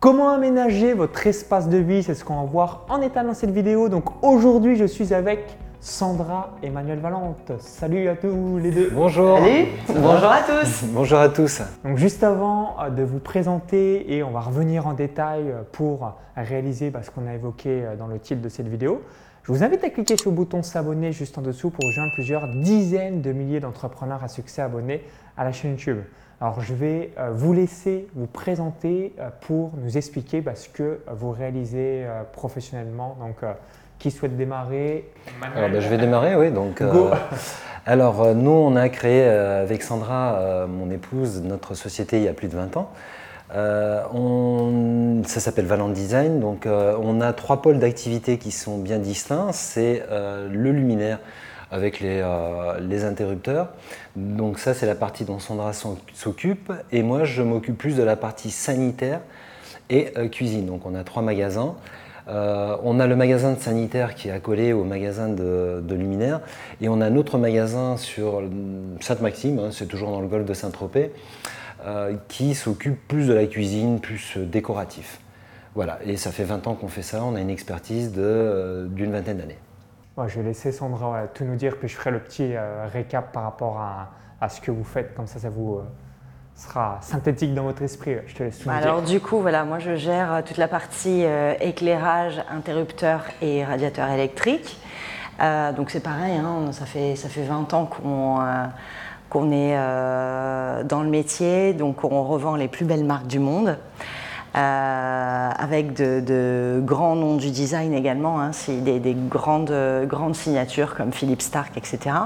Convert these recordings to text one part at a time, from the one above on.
Comment aménager votre espace de vie? C'est ce qu'on va voir en état dans cette vidéo. Donc aujourd'hui, je suis avec Sandra et Manuel Valente. Salut à tous les deux. Bonjour. Salut. Bonjour à tous. Bonjour à tous. Donc juste avant de vous présenter et on va revenir en détail pour réaliser ce qu'on a évoqué dans le titre de cette vidéo, je vous invite à cliquer sur le bouton s'abonner juste en dessous pour rejoindre plusieurs dizaines de milliers d'entrepreneurs à succès abonnés à la chaîne YouTube. Alors je vais vous laisser vous présenter pour nous expliquer ce que vous réalisez professionnellement. Donc qui souhaite démarrer? Alors, je vais démarrer, oui. Donc, alors nous, on a créé avec Sandra, mon épouse, notre société il y a plus de 20 ans. Ça s'appelle Valente Design. Donc on a 3 pôles d'activité qui sont bien distincts. C'est le luminaire avec les interrupteurs. Donc ça, c'est la partie dont Sandra s'occupe. Et moi, je m'occupe plus de la partie sanitaire et cuisine. Donc on a 3 magasins. On a le magasin de sanitaire qui est accolé au magasin de luminaire. Et on a un autre magasin sur Sainte-Maxime, c'est toujours dans le golfe de Saint-Tropez, qui s'occupe plus de la cuisine, plus décoratif. Voilà, et ça fait 20 ans qu'on fait ça. On a une expertise d'une vingtaine d'années. Je vais laisser Sandra tout nous dire, puis je ferai le petit récap par rapport à ce que vous faites, comme ça vous sera synthétique dans votre esprit. Je te laisse tout nous dire. Alors du coup, voilà, moi je gère toute la partie éclairage, interrupteur et radiateur électrique. Donc c'est pareil, ça fait 20 ans qu'on est dans le métier, donc on revend les plus belles marques du monde. Avec de grands noms du design également, c'est des grandes signatures comme Philippe Starck, etc.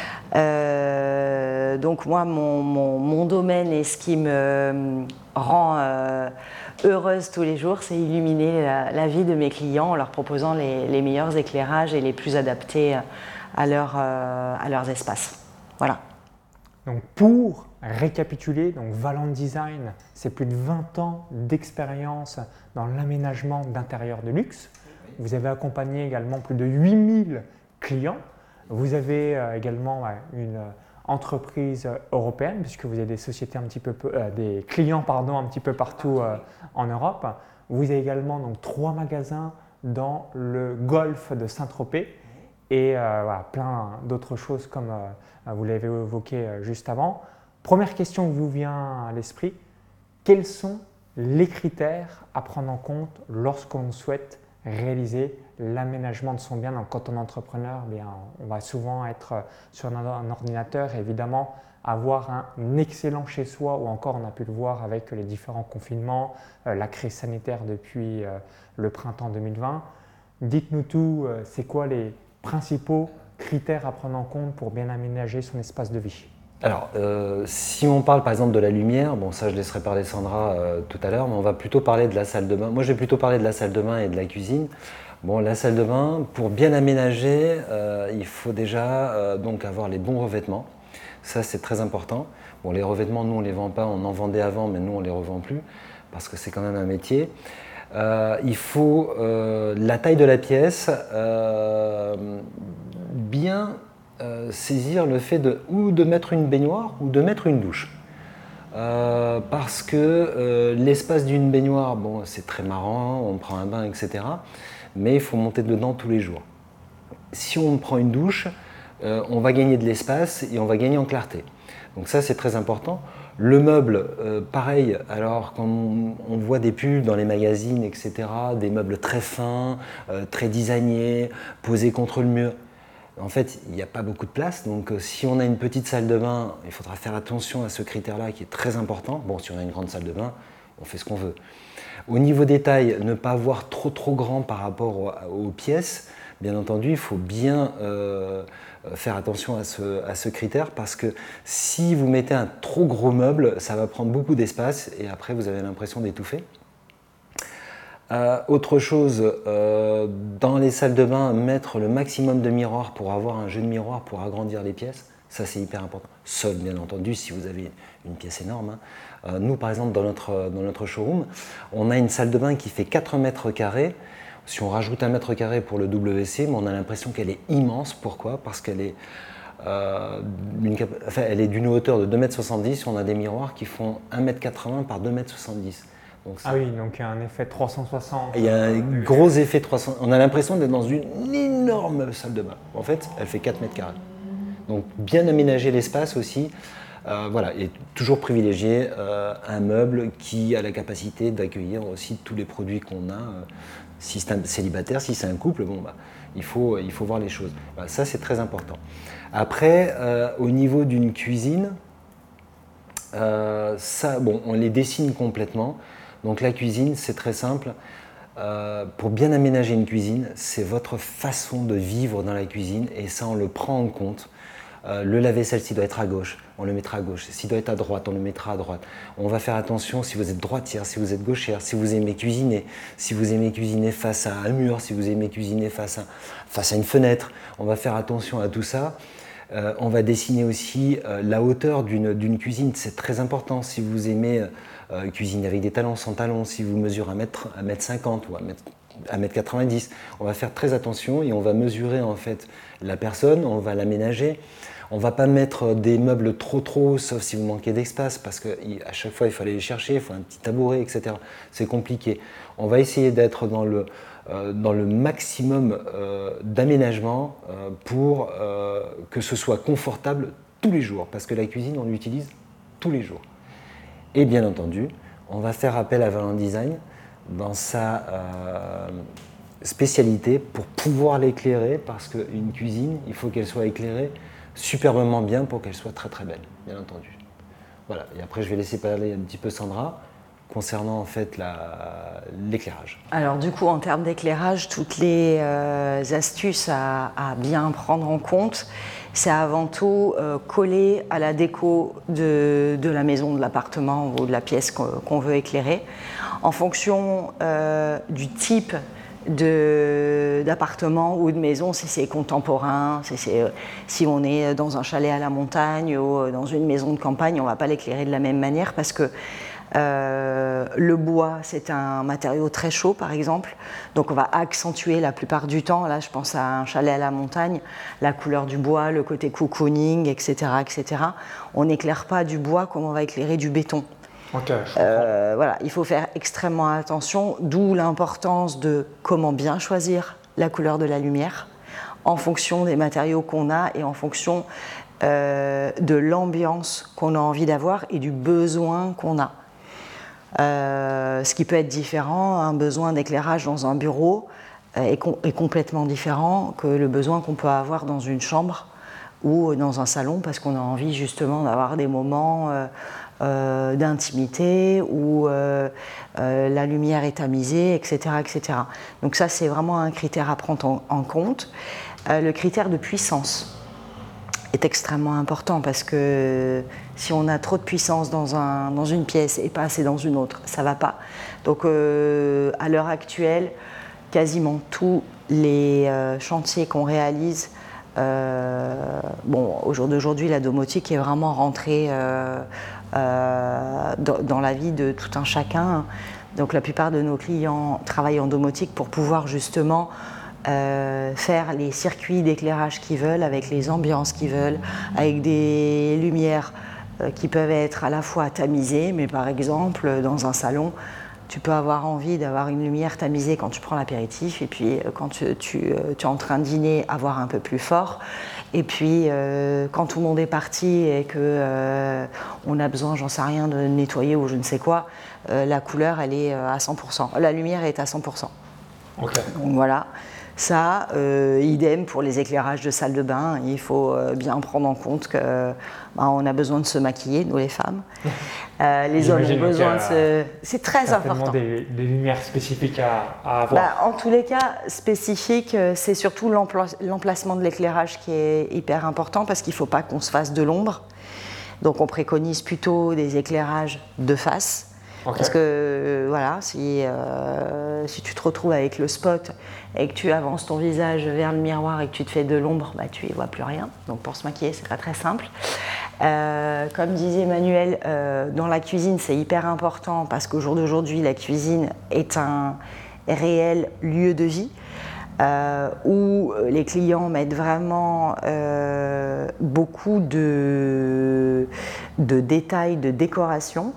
Donc moi, mon domaine et ce qui me rend heureuse tous les jours, c'est illuminer la vie de mes clients en leur proposant les meilleurs éclairages et les plus adaptés à leurs espaces. Voilà. Donc pour récapituler, Valente Design, c'est plus de 20 ans d'expérience dans l'aménagement d'intérieurs de luxe. Vous avez accompagné également plus de 8000 clients. Vous avez également une entreprise européenne, puisque vous avez des sociétés des clients un petit peu partout en Europe. Vous avez également 3 magasins dans le golfe de Saint-Tropez et plein d'autres choses comme vous l'avez évoqué juste avant. Première question qui vous vient à l'esprit, quels sont les critères à prendre en compte lorsqu'on souhaite réaliser l'aménagement de son bien? Donc, quand on est entrepreneur, on va souvent être sur un ordinateur et évidemment avoir un excellent chez soi, ou encore on a pu le voir avec les différents confinements, la crise sanitaire depuis le printemps 2020. Dites-nous tout, c'est quoi les principaux critères à prendre en compte pour bien aménager son espace de vie? Alors, si on parle par exemple de la lumière, ça je laisserai parler Sandra tout à l'heure, mais on va plutôt parler de la salle de bain. Moi, je vais plutôt parler de la salle de bain et de la cuisine. La salle de bain, pour bien aménager, il faut déjà donc avoir les bons revêtements. Ça, c'est très important. Les revêtements, nous, on ne les vend pas, on en vendait avant, mais nous, on ne les revend plus, parce que c'est quand même un métier. Il faut la taille de la pièce, bien saisir le fait de mettre une baignoire ou de mettre une douche. Parce que l'espace d'une baignoire, c'est très marrant, on prend un bain, etc. Mais il faut monter dedans tous les jours. Si on prend une douche, on va gagner de l'espace et on va gagner en clarté. Donc ça, c'est très important. Le meuble, pareil, alors quand on voit des pubs dans les magazines, etc., des meubles très fins, très designés, posés contre le mur, en fait, il n'y a pas beaucoup de place. Donc si on a une petite salle de bain, il faudra faire attention à ce critère-là qui est très important. Si on a une grande salle de bain, on fait ce qu'on veut. Au niveau des tailles, ne pas voir trop grand par rapport aux pièces. Bien entendu, il faut bien faire attention à ce critère, parce que si vous mettez un trop gros meuble, ça va prendre beaucoup d'espace et après vous avez l'impression d'étouffer. Autre chose, dans les salles de bain, mettre le maximum de miroirs pour avoir un jeu de miroirs pour agrandir les pièces. Ça, c'est hyper important. Sauf, bien entendu, si vous avez une pièce énorme. Nous, par exemple, dans notre showroom, on a une salle de bain qui fait 4 mètres carrés. Si on rajoute 1 mètre carré pour le WC, on a l'impression qu'elle est immense. Pourquoi? Parce qu'elle est, elle est d'une hauteur de 2,70 m. On a des miroirs qui font 1,80 m par 2,70 m. Donc, Ah oui, donc il y a un effet 360. il y a un gros effet 300. On a l'impression d'être dans une énorme salle de bain. En fait, elle fait 4 mètres carrés. Donc bien aménager l'espace aussi. Voilà, et toujours privilégier un meuble qui a la capacité d'accueillir aussi tous les produits qu'on a. Si c'est un célibataire, si c'est un couple, bon, bah, il faut voir les choses. Voilà, ça, c'est très important. Après, au niveau d'une cuisine, ça, bon, on les dessine complètement. Donc la cuisine, c'est très simple. Pour bien aménager une cuisine, c'est votre façon de vivre dans la cuisine et ça, on le prend en compte. Le lave-vaisselle, s'il doit être à gauche, on le mettra à gauche. S'il doit être à droite, on le mettra à droite. On va faire attention si vous êtes droitière, si vous êtes gauchère, si vous aimez cuisiner face à un mur, si vous aimez cuisiner face à une fenêtre. On va faire attention à tout ça. On va dessiner aussi la hauteur d'une cuisine, c'est très important. Si vous aimez cuisiner avec des talons, sans talons, si vous mesurez 1m50 ou 1m90, on va faire très attention et on va mesurer en fait la personne, on va l'aménager. On ne va pas mettre des meubles trop hauts, sauf si vous manquez d'espace, parce qu'à chaque fois il faut aller les chercher, il faut un petit tabouret, etc. C'est compliqué. On va essayer d'être dans le maximum d'aménagement pour que ce soit confortable tous les jours, parce que la cuisine, on l'utilise tous les jours. Et bien entendu, on va faire appel à Valent Design dans sa spécialité pour pouvoir l'éclairer, parce qu'une cuisine, il faut qu'elle soit éclairée superbement bien pour qu'elle soit très très belle, bien entendu. Voilà, et après je vais laisser parler un petit peu Sandra concernant en fait l'éclairage. Alors du coup, en termes d'éclairage, toutes les astuces à bien prendre en compte, c'est avant tout coller à la déco de la maison, de l'appartement ou de la pièce qu'on veut éclairer. En fonction du type d'appartement ou de maison, si c'est contemporain, si on est dans un chalet à la montagne ou dans une maison de campagne, on ne va pas l'éclairer de la même manière parce que le bois, c'est un matériau très chaud par exemple, donc on va accentuer la plupart du temps, là je pense à un chalet à la montagne, la couleur du bois, le côté cocooning, etc. etc. On n'éclaire pas du bois comme on va éclairer du béton. Okay, voilà, il faut faire extrêmement attention, d'où l'importance de comment bien choisir la couleur de la lumière en fonction des matériaux qu'on a et en fonction de l'ambiance qu'on a envie d'avoir et du besoin qu'on a. Ce qui peut être différent, un besoin d'éclairage dans un bureau est complètement différent que le besoin qu'on peut avoir dans une chambre ou dans un salon parce qu'on a envie justement d'avoir des moments d'intimité où la lumière est tamisée, etc., etc. Donc ça, c'est vraiment un critère à prendre en compte. Le critère de puissance est extrêmement important parce que si on a trop de puissance dans une pièce et pas assez dans une autre, ça ne va pas. Donc à l'heure actuelle, quasiment tous les chantiers qu'on réalise, bon, au jour d'aujourd'hui, la domotique est vraiment rentrée dans la vie de tout un chacun. Donc la plupart de nos clients travaillent en domotique pour pouvoir justement faire les circuits d'éclairage qu'ils veulent, avec les ambiances qu'ils veulent, avec des lumières qui peuvent être à la fois tamisées, mais par exemple dans un salon, tu peux avoir envie d'avoir une lumière tamisée quand tu prends l'apéritif, et puis quand tu es en train de dîner, avoir un peu plus fort. Et puis quand tout le monde est parti et qu'on a besoin, j'en sais rien, de nettoyer ou je ne sais quoi, la couleur, elle est à 100%. La lumière est à 100%. Okay. Donc voilà. Ça, idem pour les éclairages de salle de bain, il faut bien prendre en compte qu'on a besoin de se maquiller, nous les femmes. Les hommes ont besoin de se... C'est très important. Des lumières spécifiques à avoir. En tous les cas, spécifique, c'est surtout l'emplacement de l'éclairage qui est hyper important parce qu'il ne faut pas qu'on se fasse de l'ombre. Donc on préconise plutôt des éclairages de face. Okay. Parce que voilà, si tu te retrouves avec le spot et que tu avances ton visage vers le miroir et que tu te fais de l'ombre, bah, tu n'y vois plus rien. Donc pour se maquiller, c'est pas très simple. Comme disait Manuel, dans la cuisine, c'est hyper important parce qu'au jour d'aujourd'hui, la cuisine est un réel lieu de vie où les clients mettent vraiment beaucoup de détails, de décoration.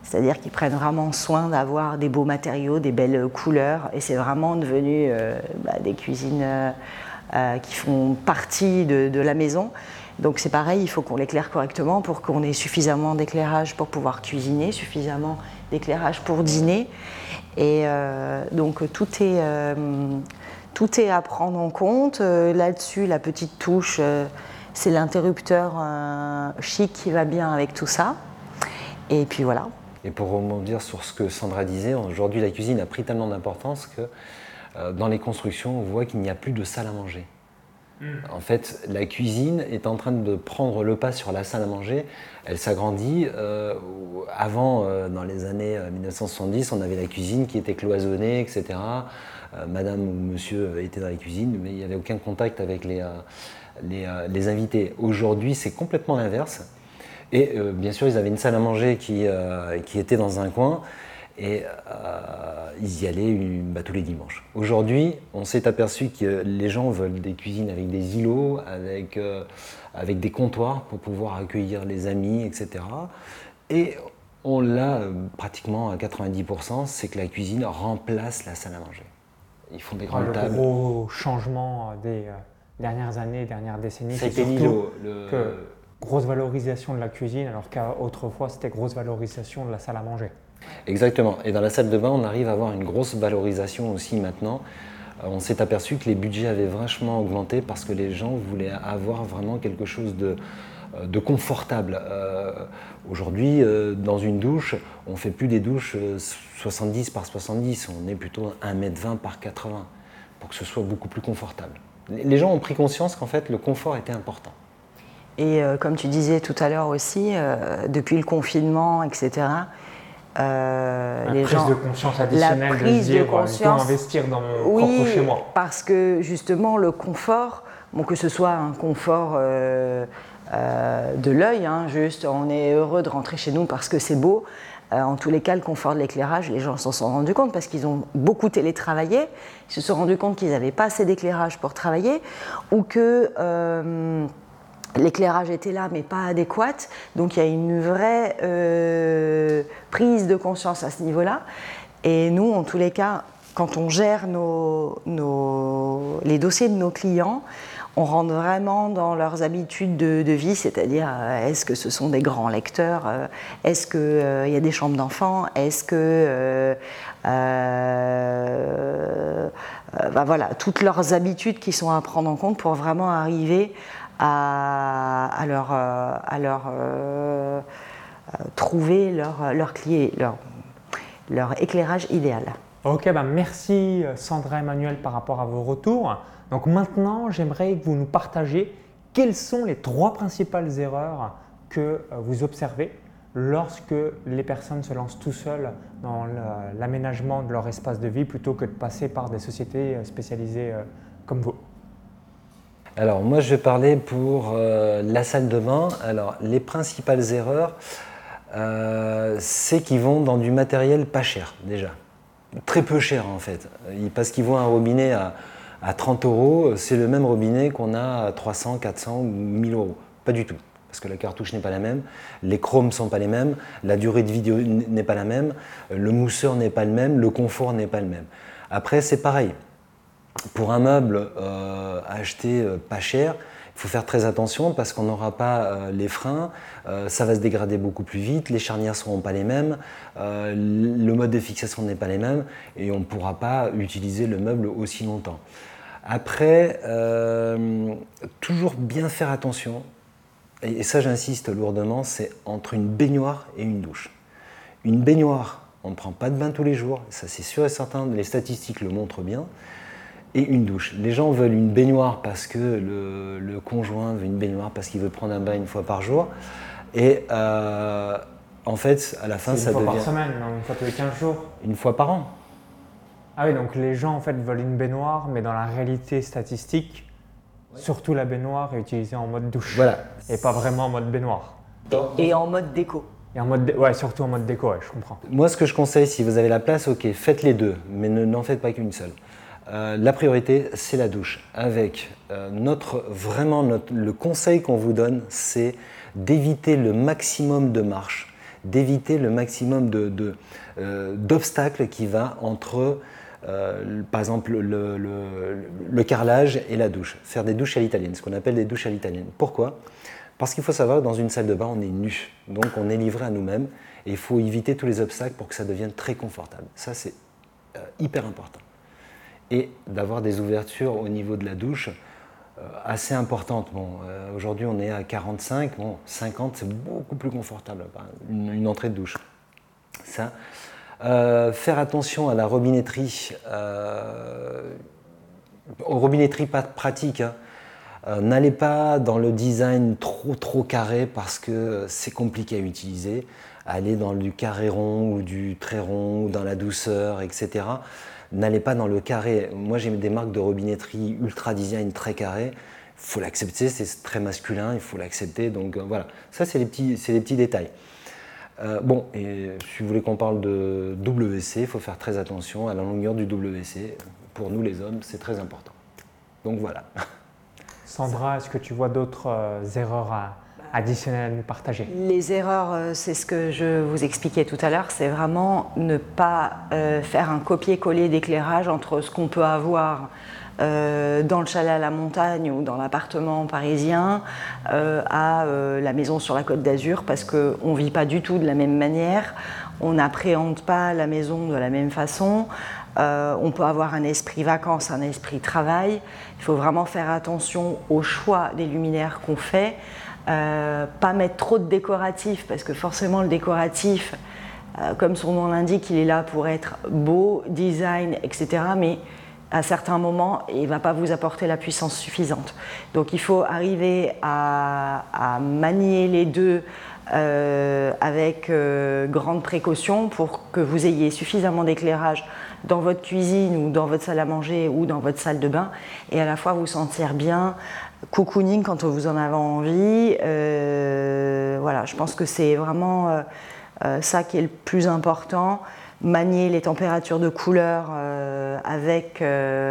C'est-à-dire qu'ils prennent vraiment soin d'avoir des beaux matériaux, des belles couleurs, et c'est vraiment devenu des cuisines qui font partie de la maison. Donc c'est pareil, il faut qu'on l'éclaire correctement pour qu'on ait suffisamment d'éclairage pour pouvoir cuisiner, suffisamment d'éclairage pour dîner. Et donc tout est à prendre en compte. Là-dessus, la petite touche, c'est l'interrupteur chic qui va bien avec tout ça. Et puis voilà. Et pour rebondir sur ce que Sandra disait, aujourd'hui la cuisine a pris tellement d'importance que dans les constructions, on voit qu'il n'y a plus de salle à manger. En fait, la cuisine est en train de prendre le pas sur la salle à manger. Elle s'agrandit. Avant, dans les années 1970, on avait la cuisine qui était cloisonnée, etc. Madame ou monsieur étaient dans la cuisine, mais il n'y avait aucun contact avec les invités. Aujourd'hui, c'est complètement l'inverse. Et bien sûr, ils avaient une salle à manger qui était dans un coin. Et ils y allaient tous les dimanches. Aujourd'hui, on s'est aperçu que les gens veulent des cuisines avec des îlots, avec des comptoirs pour pouvoir accueillir les amis, etc. Et on l'a pratiquement à 90%, c'est que la cuisine remplace la salle à manger. Ils font des grandes tables. Le gros changement des dernières années, dernières décennies, c'est surtout l'îlot. que grosse valorisation de la cuisine, alors qu'autrefois c'était grosse valorisation de la salle à manger. Exactement. Et dans la salle de bain, on arrive à avoir une grosse valorisation aussi maintenant. On s'est aperçu que les budgets avaient vachement augmenté parce que les gens voulaient avoir vraiment quelque chose de confortable. Aujourd'hui, dans une douche, on ne fait plus des douches 70 par 70, on est plutôt 1,20 m par 80 pour que ce soit beaucoup plus confortable. Les gens ont pris conscience qu'en fait, le confort était important. Et comme tu disais tout à l'heure aussi, depuis le confinement, etc., la prise de conscience additionnelle de se dire je peux investir dans mon propre chez moi. Parce que justement le confort, que ce soit un confort de l'œil, juste on est heureux de rentrer chez nous parce que c'est beau, en tous les cas le confort de l'éclairage, les gens s'en sont rendus compte parce qu'ils ont beaucoup télétravaillé, ils se sont rendus compte qu'ils n'avaient pas assez d'éclairage pour travailler ou que l'éclairage était là mais pas adéquat, donc il y a une vraie prise de conscience à ce niveau-là. Et nous, en tous les cas, quand on gère les dossiers de nos clients, on rentre vraiment dans leurs habitudes de vie, c'est-à-dire est-ce que ce sont des grands lecteurs, est-ce qu'il y a des chambres d'enfants, est-ce que voilà, toutes leurs habitudes qui sont à prendre en compte pour vraiment arriver à trouver leur éclairage idéal. Ok, merci Sandra et Emmanuel par rapport à vos retours. Donc maintenant, j'aimerais que vous nous partagiez quelles sont les 3 principales erreurs que vous observez lorsque les personnes se lancent tout seuls dans l'aménagement de leur espace de vie plutôt que de passer par des sociétés spécialisées comme vous. Alors moi je vais parler pour la salle de bain. Alors les principales erreurs, c'est qu'ils vont dans du matériel pas cher déjà. Très peu cher en fait. Parce qu'ils voient un robinet à 30 €, c'est le même robinet qu'on a à 300, 400 ou 1000 €. Pas du tout. Parce que la cartouche n'est pas la même, les chromes ne sont pas les mêmes, la durée de vie n'est pas la même, le mousseur n'est pas le même, le confort n'est pas le même. Après c'est pareil. Pour un meuble acheté pas cher, il faut faire très attention parce qu'on n'aura pas les freins, ça va se dégrader beaucoup plus vite, les charnières ne seront pas les mêmes, le mode de fixation n'est pas les mêmes et on ne pourra pas utiliser le meuble aussi longtemps. Après, toujours bien faire attention, et ça j'insiste lourdement, c'est entre une baignoire et une douche. Une baignoire, on ne prend pas de bain tous les jours, ça c'est sûr et certain, les statistiques le montrent bien. Et une douche. Les gens veulent une baignoire parce que le conjoint veut une baignoire parce qu'il veut prendre un bain une fois par jour. Et en fait, à la fin, ça devient… Une fois par semaine, non, une fois tous les 15 jours. Une fois par an. Ah oui, donc les gens en fait veulent une baignoire, mais dans la réalité statistique, surtout la baignoire est utilisée en mode douche. Voilà. Et pas vraiment en mode baignoire. Et en mode déco. Et en mode ouais, surtout en mode déco, ouais, je comprends. Moi, ce que je conseille, si vous avez la place, ok, faites les deux, mais n'en faites pas qu'une seule. La priorité, c'est la douche. Avec le conseil qu'on vous donne, c'est d'éviter le maximum de marches, d'éviter le maximum d'obstacles qui va entre, par exemple, le carrelage et la douche. Faire des douches à l'italienne, ce qu'on appelle des douches à l'italienne. Pourquoi ? Parce qu'il faut savoir que dans une salle de bain, on est nu, donc on est livré à nous-mêmes et il faut éviter tous les obstacles pour que ça devienne très confortable. Ça, c'est hyper important. Et d'avoir des ouvertures au niveau de la douche assez importantes. Bon, aujourd'hui, on est à 45, bon, 50, c'est beaucoup plus confortable, une entrée de douche. Ça. Faire attention à la robinetterie, aux robinetteries pas pratiques. Hein. N'allez pas dans le design trop carré parce que c'est compliqué à utiliser. Allez dans du carré rond ou du très rond, ou dans la douceur, etc. N'allez pas dans le carré. Moi, j'ai des marques de robinetterie ultra design très carré. Il faut l'accepter, c'est très masculin, il faut l'accepter. Donc voilà, ça c'est les petits détails. Bon, et si vous voulez qu'on parle de WC, il faut faire très attention à la longueur du WC. Pour nous les hommes, c'est très important. Donc voilà. Sandra, est-ce que tu vois d'autres erreurs additionnelles à nous partager? Les erreurs, c'est ce que je vous expliquais tout à l'heure, c'est vraiment ne pas faire un copier-coller d'éclairage entre ce qu'on peut avoir dans le chalet à la montagne ou dans l'appartement parisien à la maison sur la Côte d'Azur, parce qu'on ne vit pas du tout de la même manière, on n'appréhende pas la maison de la même façon. On peut avoir un esprit vacances, un esprit travail. Il faut vraiment faire attention au choix des luminaires qu'on fait. Pas mettre trop de décoratif, parce que forcément le décoratif, comme son nom l'indique, il est là pour être beau, design, etc. Mais à certains moments, il ne va pas vous apporter la puissance suffisante. Donc il faut arriver à manier les deux avec grande précaution pour que vous ayez suffisamment d'éclairage dans votre cuisine ou dans votre salle à manger ou dans votre salle de bain, et à la fois vous sentir bien, cocooning quand vous en avez envie. Voilà, je pense que c'est vraiment ça qui est le plus important. Manier les températures de couleur avec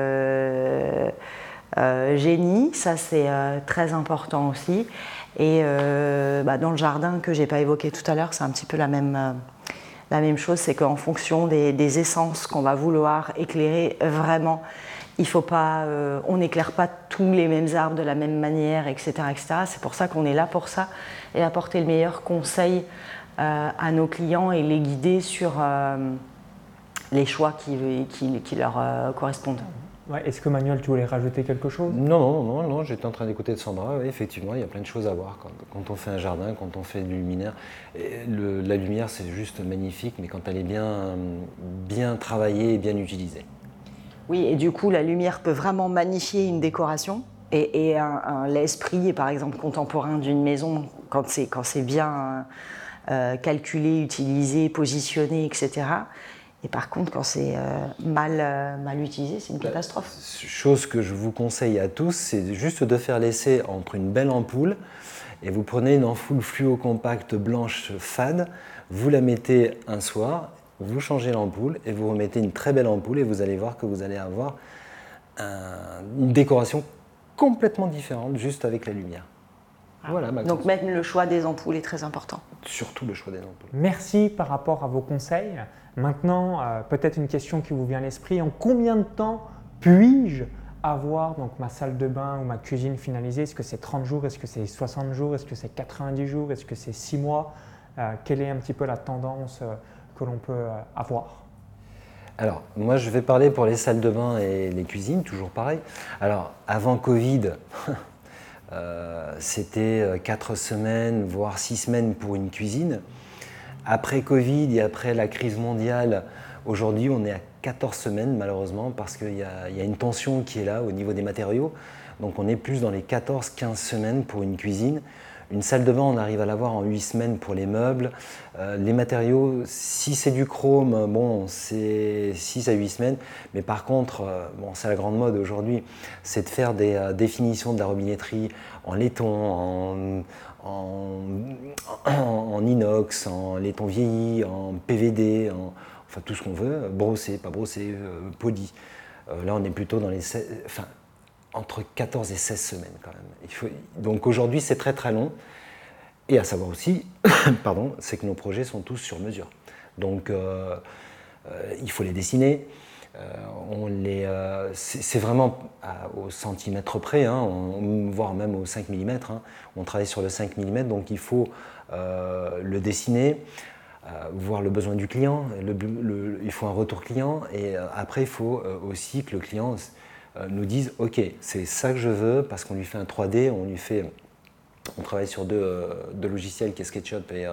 génie, ça c'est très important aussi. Et dans le jardin que je n'ai pas évoqué tout à l'heure, c'est un petit peu la même chose, c'est qu'en fonction des essences qu'on va vouloir éclairer, vraiment, il faut pas, on n'éclaire pas tous les mêmes arbres de la même manière, etc., etc. C'est pour ça qu'on est là pour ça, et apporter le meilleur conseil à nos clients et les guider sur les choix qui leur correspondent. Ouais, est-ce que Manuel, tu voulais rajouter quelque chose? Non, j'étais en train d'écouter de Sandra. Oui, effectivement, il y a plein de choses à voir quand on fait un jardin, quand on fait du luminaire. Et la lumière, c'est juste magnifique, mais quand elle est bien travaillée et bien utilisée. Oui, et du coup, la lumière peut vraiment magnifier une décoration. Et l'esprit, par exemple, contemporain d'une maison, quand c'est bien calculé, utilisé, positionné, etc. Et par contre, quand c'est mal utilisé, c'est une catastrophe. Chose que je vous conseille à tous, c'est juste de faire l'essai entre une belle ampoule, et vous prenez une ampoule fluo compacte blanche fade, vous la mettez un soir, vous changez l'ampoule et vous remettez une très belle ampoule, et vous allez voir que vous allez avoir une décoration complètement différente juste avec la lumière. Voilà, donc même le choix des ampoules est très important. Surtout le choix des ampoules. Merci par rapport à vos conseils. Maintenant, peut-être une question qui vous vient à l'esprit. En combien de temps puis-je avoir donc, ma salle de bain ou ma cuisine finalisée? Est-ce que c'est 30 jours? Est-ce que c'est 60 jours? Est-ce que c'est 90 jours? Est-ce que c'est 6 mois? Quelle est un petit peu la tendance que l'on peut avoir? Alors, moi, je vais parler pour les salles de bain et les cuisines, toujours pareil. Alors, avant Covid, c'était 4 semaines, voire 6 semaines pour une cuisine. Après Covid et après la crise mondiale, aujourd'hui, on est à 14 semaines, malheureusement, parce qu'il y a une tension qui est là au niveau des matériaux. Donc, on est plus dans les 14-15 semaines pour une cuisine. Une salle de bain, on arrive à l'avoir en 8 semaines pour les meubles. Les matériaux, si c'est du chrome, bon, c'est 6 à 8 semaines. Mais par contre, bon, c'est la grande mode aujourd'hui, c'est de faire des définitions de la robinetterie en laiton, en inox, en laiton vieilli, en PVD, enfin tout ce qu'on veut, brossé, pas brossé, poli. Là, on est plutôt dans les... entre 14 et 16 semaines quand même. Donc aujourd'hui, c'est très très long. Et à savoir aussi, pardon, c'est que nos projets sont tous sur mesure. Donc il faut les dessiner. C'est vraiment au centimètre près, hein, voire même au 5 mm. Hein. On travaille sur le 5 mm, donc il faut le dessiner, voir le besoin du client, il faut un retour client, et après il faut aussi que le client nous dise « Ok, c'est ça que je veux », parce qu'on lui fait un 3D, on travaille sur deux logiciels qui est SketchUp et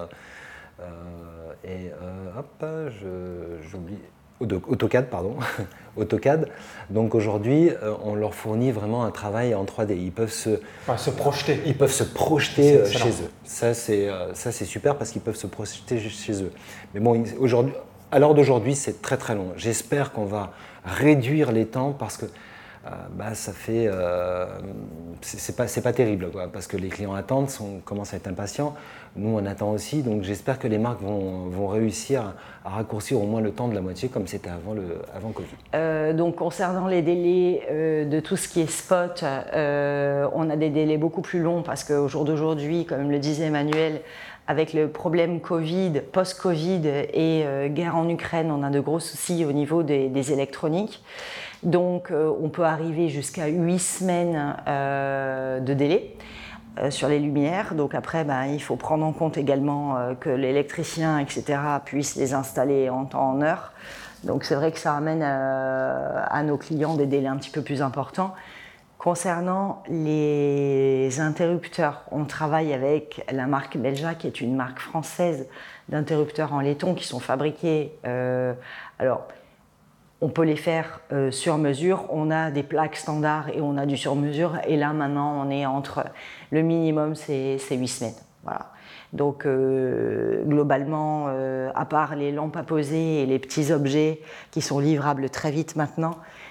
j'oublie. AutoCAD, pardon. AutoCAD. Donc aujourd'hui, on leur fournit vraiment un travail en 3D. Ils peuvent se projeter. Ils peuvent se projeter chez eux. Ça, c'est super parce qu'ils peuvent se projeter chez eux. Mais bon, à l'heure d'aujourd'hui, c'est très très long. J'espère qu'on va réduire les temps parce que ça fait, c'est pas terrible, quoi, parce que les clients attendent, commencent à être impatients. Nous, on attend aussi, donc j'espère que les marques vont réussir à raccourcir au moins le temps de la moitié, comme c'était avant Covid. Donc, concernant les délais de tout ce qui est spot, on a des délais beaucoup plus longs parce qu'au jour d'aujourd'hui, comme le disait Emmanuel, avec le problème Covid, post-Covid et guerre en Ukraine, on a de gros soucis au niveau des électroniques. Donc, on peut arriver jusqu'à 8 semaines de délai sur les luminaires. Donc après, il faut prendre en compte également que l'électricien, etc., puisse les installer en temps, en heure. Donc c'est vrai que ça amène à nos clients des délais un petit peu plus importants. Concernant les interrupteurs, on travaille avec la marque Belja, qui est une marque française d'interrupteurs en laiton qui sont fabriqués. On peut les faire sur mesure, on a des plaques standards et on a du sur mesure, et là maintenant on est entre, le minimum c'est 8 semaines. Voilà. Donc globalement, à part les lampes à poser et les petits objets qui sont livrables très vite maintenant,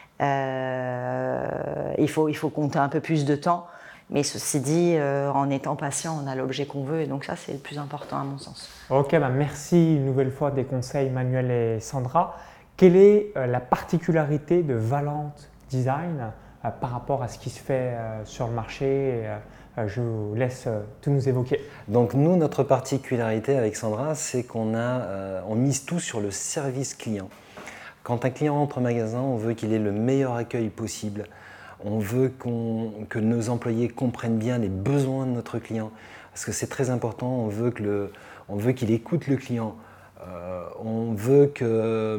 il faut compter un peu plus de temps, mais ceci dit, en étant patient, on a l'objet qu'on veut, et donc ça c'est le plus important à mon sens. Ok, merci une nouvelle fois des conseils Manuel et Sandra. Quelle est la particularité de Valent Design par rapport à ce qui se fait sur le marché? Je vous laisse tout nous évoquer. Donc nous, notre particularité avec Sandra, c'est qu'on mise tout sur le service client. Quand un client entre au magasin, on veut qu'il ait le meilleur accueil possible. On veut que nos employés comprennent bien les besoins de notre client, parce que c'est très important. On veut qu'il écoute le client. On veut que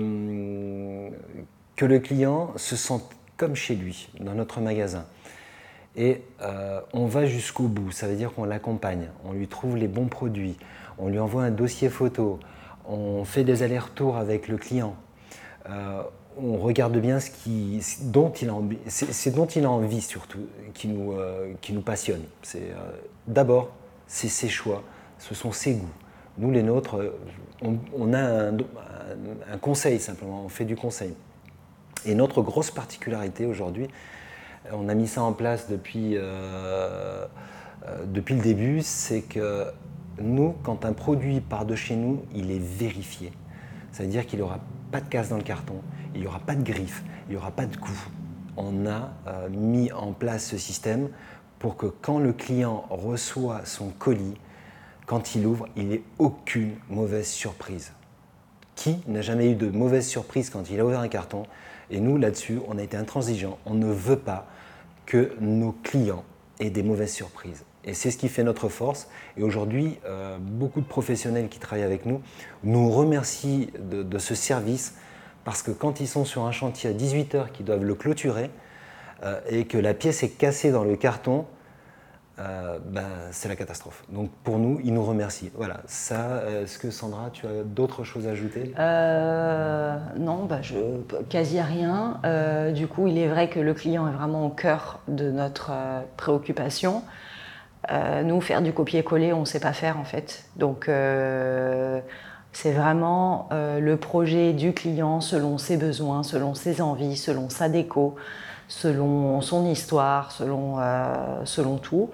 le client se sente comme chez lui, dans notre magasin. Et on va jusqu'au bout, ça veut dire qu'on l'accompagne, on lui trouve les bons produits, on lui envoie un dossier photo, on fait des allers-retours avec le client, on regarde bien ce dont il a envie surtout, qui nous passionne. D'abord, c'est ses choix, ce sont ses goûts. Nous, les nôtres, on a un conseil simplement, on fait du conseil. Et notre grosse particularité aujourd'hui, on a mis ça en place depuis le début, c'est que nous, quand un produit part de chez nous, il est vérifié. Ça veut dire qu'il n'y aura pas de casse dans le carton, il n'y aura pas de griffe, il n'y aura pas de coup. On a mis en place ce système pour que quand le client reçoit son colis, quand il ouvre, il n'ait aucune mauvaise surprise. Qui n'a jamais eu de mauvaise surprise quand il a ouvert un carton? Et nous, là-dessus, on a été intransigeants. On ne veut pas que nos clients aient des mauvaises surprises. Et c'est ce qui fait notre force. Et aujourd'hui, beaucoup de professionnels qui travaillent avec nous nous remercient de ce service, parce que quand ils sont sur un chantier à 18h, qu'ils doivent le clôturer, et que la pièce est cassée dans le carton, c'est la catastrophe. Donc pour nous, ils nous remercient. Voilà. Ça, est-ce que Sandra, tu as d'autres choses à ajouter? Non, quasi rien. Du coup, il est vrai que le client est vraiment au cœur de notre préoccupation. Nous, faire du copier-coller, on ne sait pas faire en fait. Donc c'est vraiment le projet du client selon ses besoins, selon ses envies, selon sa déco, selon son histoire, selon tout.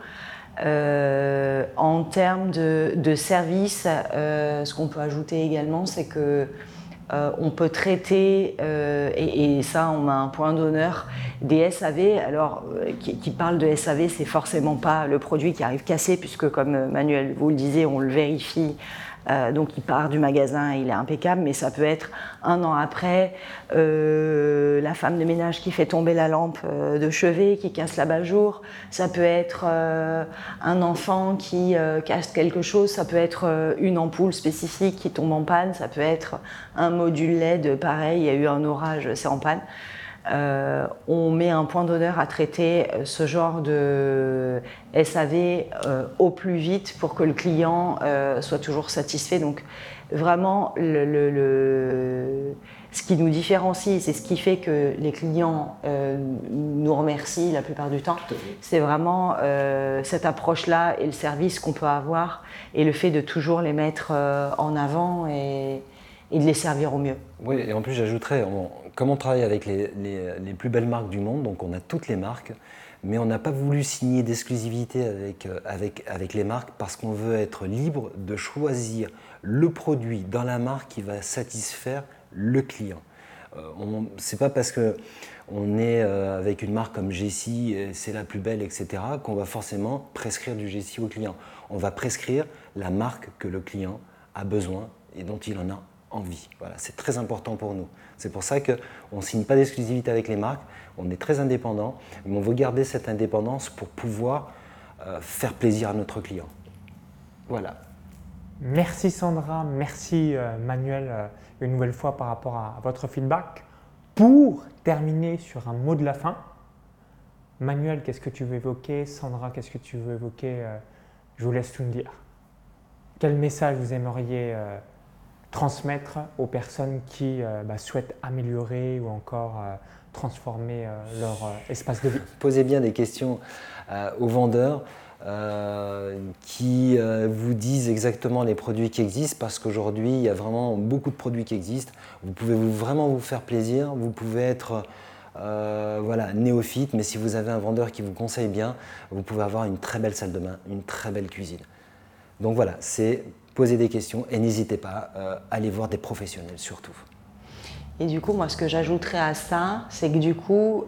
En termes de service, ce qu'on peut ajouter également, c'est que on peut traiter, et ça on a un point d'honneur, des SAV. Alors, qui parle de SAV, c'est forcément pas le produit qui arrive cassé, puisque comme Manuel vous le disait, on le vérifie. Donc il part du magasin, il est impeccable, mais ça peut être un an après, la femme de ménage qui fait tomber la lampe de chevet, qui casse l'abat-jour, ça peut être un enfant qui casse quelque chose, ça peut être une ampoule spécifique qui tombe en panne, ça peut être un module LED, pareil, il y a eu un orage, c'est en panne. On met un point d'honneur à traiter ce genre de SAV au plus vite pour que le client soit toujours satisfait. Donc vraiment, ce qui nous différencie, c'est ce qui fait que les clients nous remercient la plupart du temps, c'est vraiment cette approche-là et le service qu'on peut avoir et le fait de toujours les mettre en avant et de les servir au mieux. Oui, et en plus j'ajouterais, comme on travaille avec les plus belles marques du monde, donc on a toutes les marques, mais on n'a pas voulu signer d'exclusivité avec les marques parce qu'on veut être libre de choisir le produit dans la marque qui va satisfaire le client. C'est pas parce qu'on est avec une marque comme Jessie, c'est la plus belle, etc., qu'on va forcément prescrire du Jessie au client. On va prescrire la marque que le client a besoin et dont il en a envie. Voilà, c'est très important pour nous. C'est pour ça qu'on ne signe pas d'exclusivité avec les marques, on est très indépendant, mais on veut garder cette indépendance pour pouvoir faire plaisir à notre client. Voilà. Merci Sandra, merci Manuel une nouvelle fois par rapport à votre feedback. Pour terminer sur un mot de la fin, Manuel, qu'est-ce que tu veux évoquer? Sandra, qu'est-ce que tu veux évoquer? Je vous laisse tout me dire. Quel message vous aimeriez transmettre aux personnes qui souhaitent améliorer ou encore transformer leur espace de vie? Posez bien des questions aux vendeurs qui vous disent exactement les produits qui existent, parce qu'aujourd'hui il y a vraiment beaucoup de produits qui existent. Vous pouvez vraiment vous faire plaisir, vous pouvez être néophyte, mais si vous avez un vendeur qui vous conseille bien, vous pouvez avoir une très belle salle de bain, une très belle cuisine. Donc voilà, c'est poser des questions et n'hésitez pas à aller voir des professionnels surtout. Et du coup, moi, ce que j'ajouterais à ça, c'est que du coup,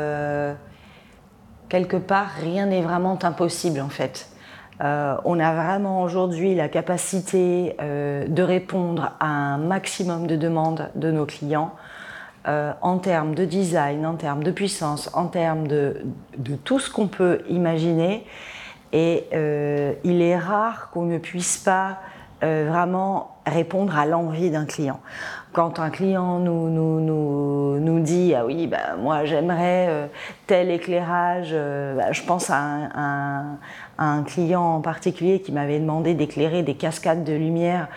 quelque part, rien n'est vraiment impossible en fait. On a vraiment aujourd'hui la capacité de répondre à un maximum de demandes de nos clients en termes de design, en termes de puissance, en termes de tout ce qu'on peut imaginer. Et il est rare qu'on ne puisse pas vraiment répondre à l'envie d'un client. Quand un client nous dit « Ah oui, moi j'aimerais tel éclairage », je pense à un client en particulier qui m'avait demandé d'éclairer des cascades de lumière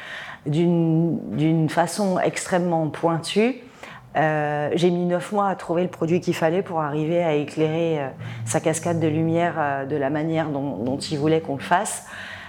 d'une façon extrêmement pointue. J'ai mis 9 mois à trouver le produit qu'il fallait pour arriver à éclairer sa cascade de lumière de la manière dont il voulait qu'on le fasse.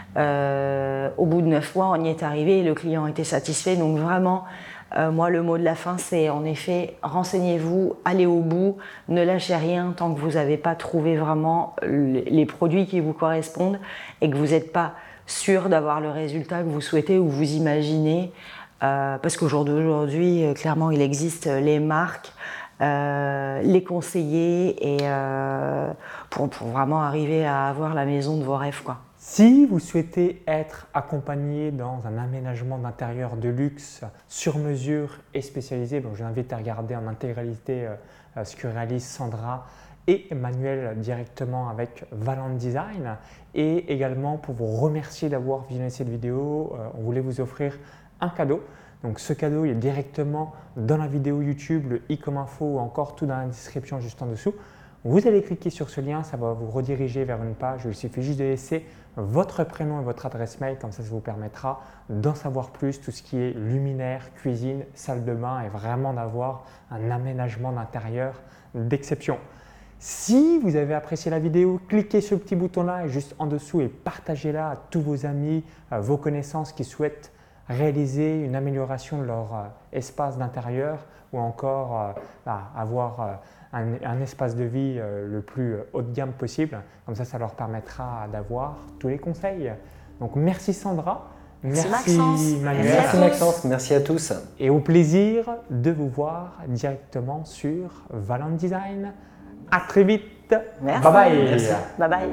Au bout de 9 mois, on y est arrivé et le client était satisfait. Donc vraiment, moi, le mot de la fin, c'est en effet, renseignez-vous, allez au bout, ne lâchez rien tant que vous n'avez pas trouvé vraiment les produits qui vous correspondent et que vous n'êtes pas sûr d'avoir le résultat que vous souhaitez ou vous imaginez. Parce qu'au jour d'aujourd'hui, clairement, il existe les marques, les conseillers et pour vraiment arriver à avoir la maison de vos rêves, quoi. Si vous souhaitez être accompagné dans un aménagement d'intérieur de luxe sur mesure et spécialisé, je vous invite à regarder en intégralité ce que réalisent Sandra et Manuel directement avec Valent Design. Et également pour vous remercier d'avoir visionné cette vidéo, on voulait vous offrir un cadeau. Donc ce cadeau il est directement dans la vidéo YouTube, le i comme info ou encore tout dans la description juste en dessous. Vous allez cliquer sur ce lien, ça va vous rediriger vers une page où il suffit juste de laisser votre prénom et votre adresse mail, comme ça vous permettra d'en savoir plus, tout ce qui est luminaire, cuisine, salle de bain et vraiment d'avoir un aménagement d'intérieur d'exception. Si vous avez apprécié la vidéo, cliquez sur le petit bouton là et juste en dessous et partagez-la à tous vos amis, vos connaissances qui souhaitent réaliser une amélioration de leur espace d'intérieur ou encore avoir un espace de vie le plus haut de gamme possible. Comme ça leur permettra d'avoir tous les conseils. Donc merci Sandra, Merci Maxence. Manuel. Merci Maxence, merci à tous. Et au plaisir de vous voir directement sur Valent Design. À très vite. Merci. Bye bye. Merci. Bye bye.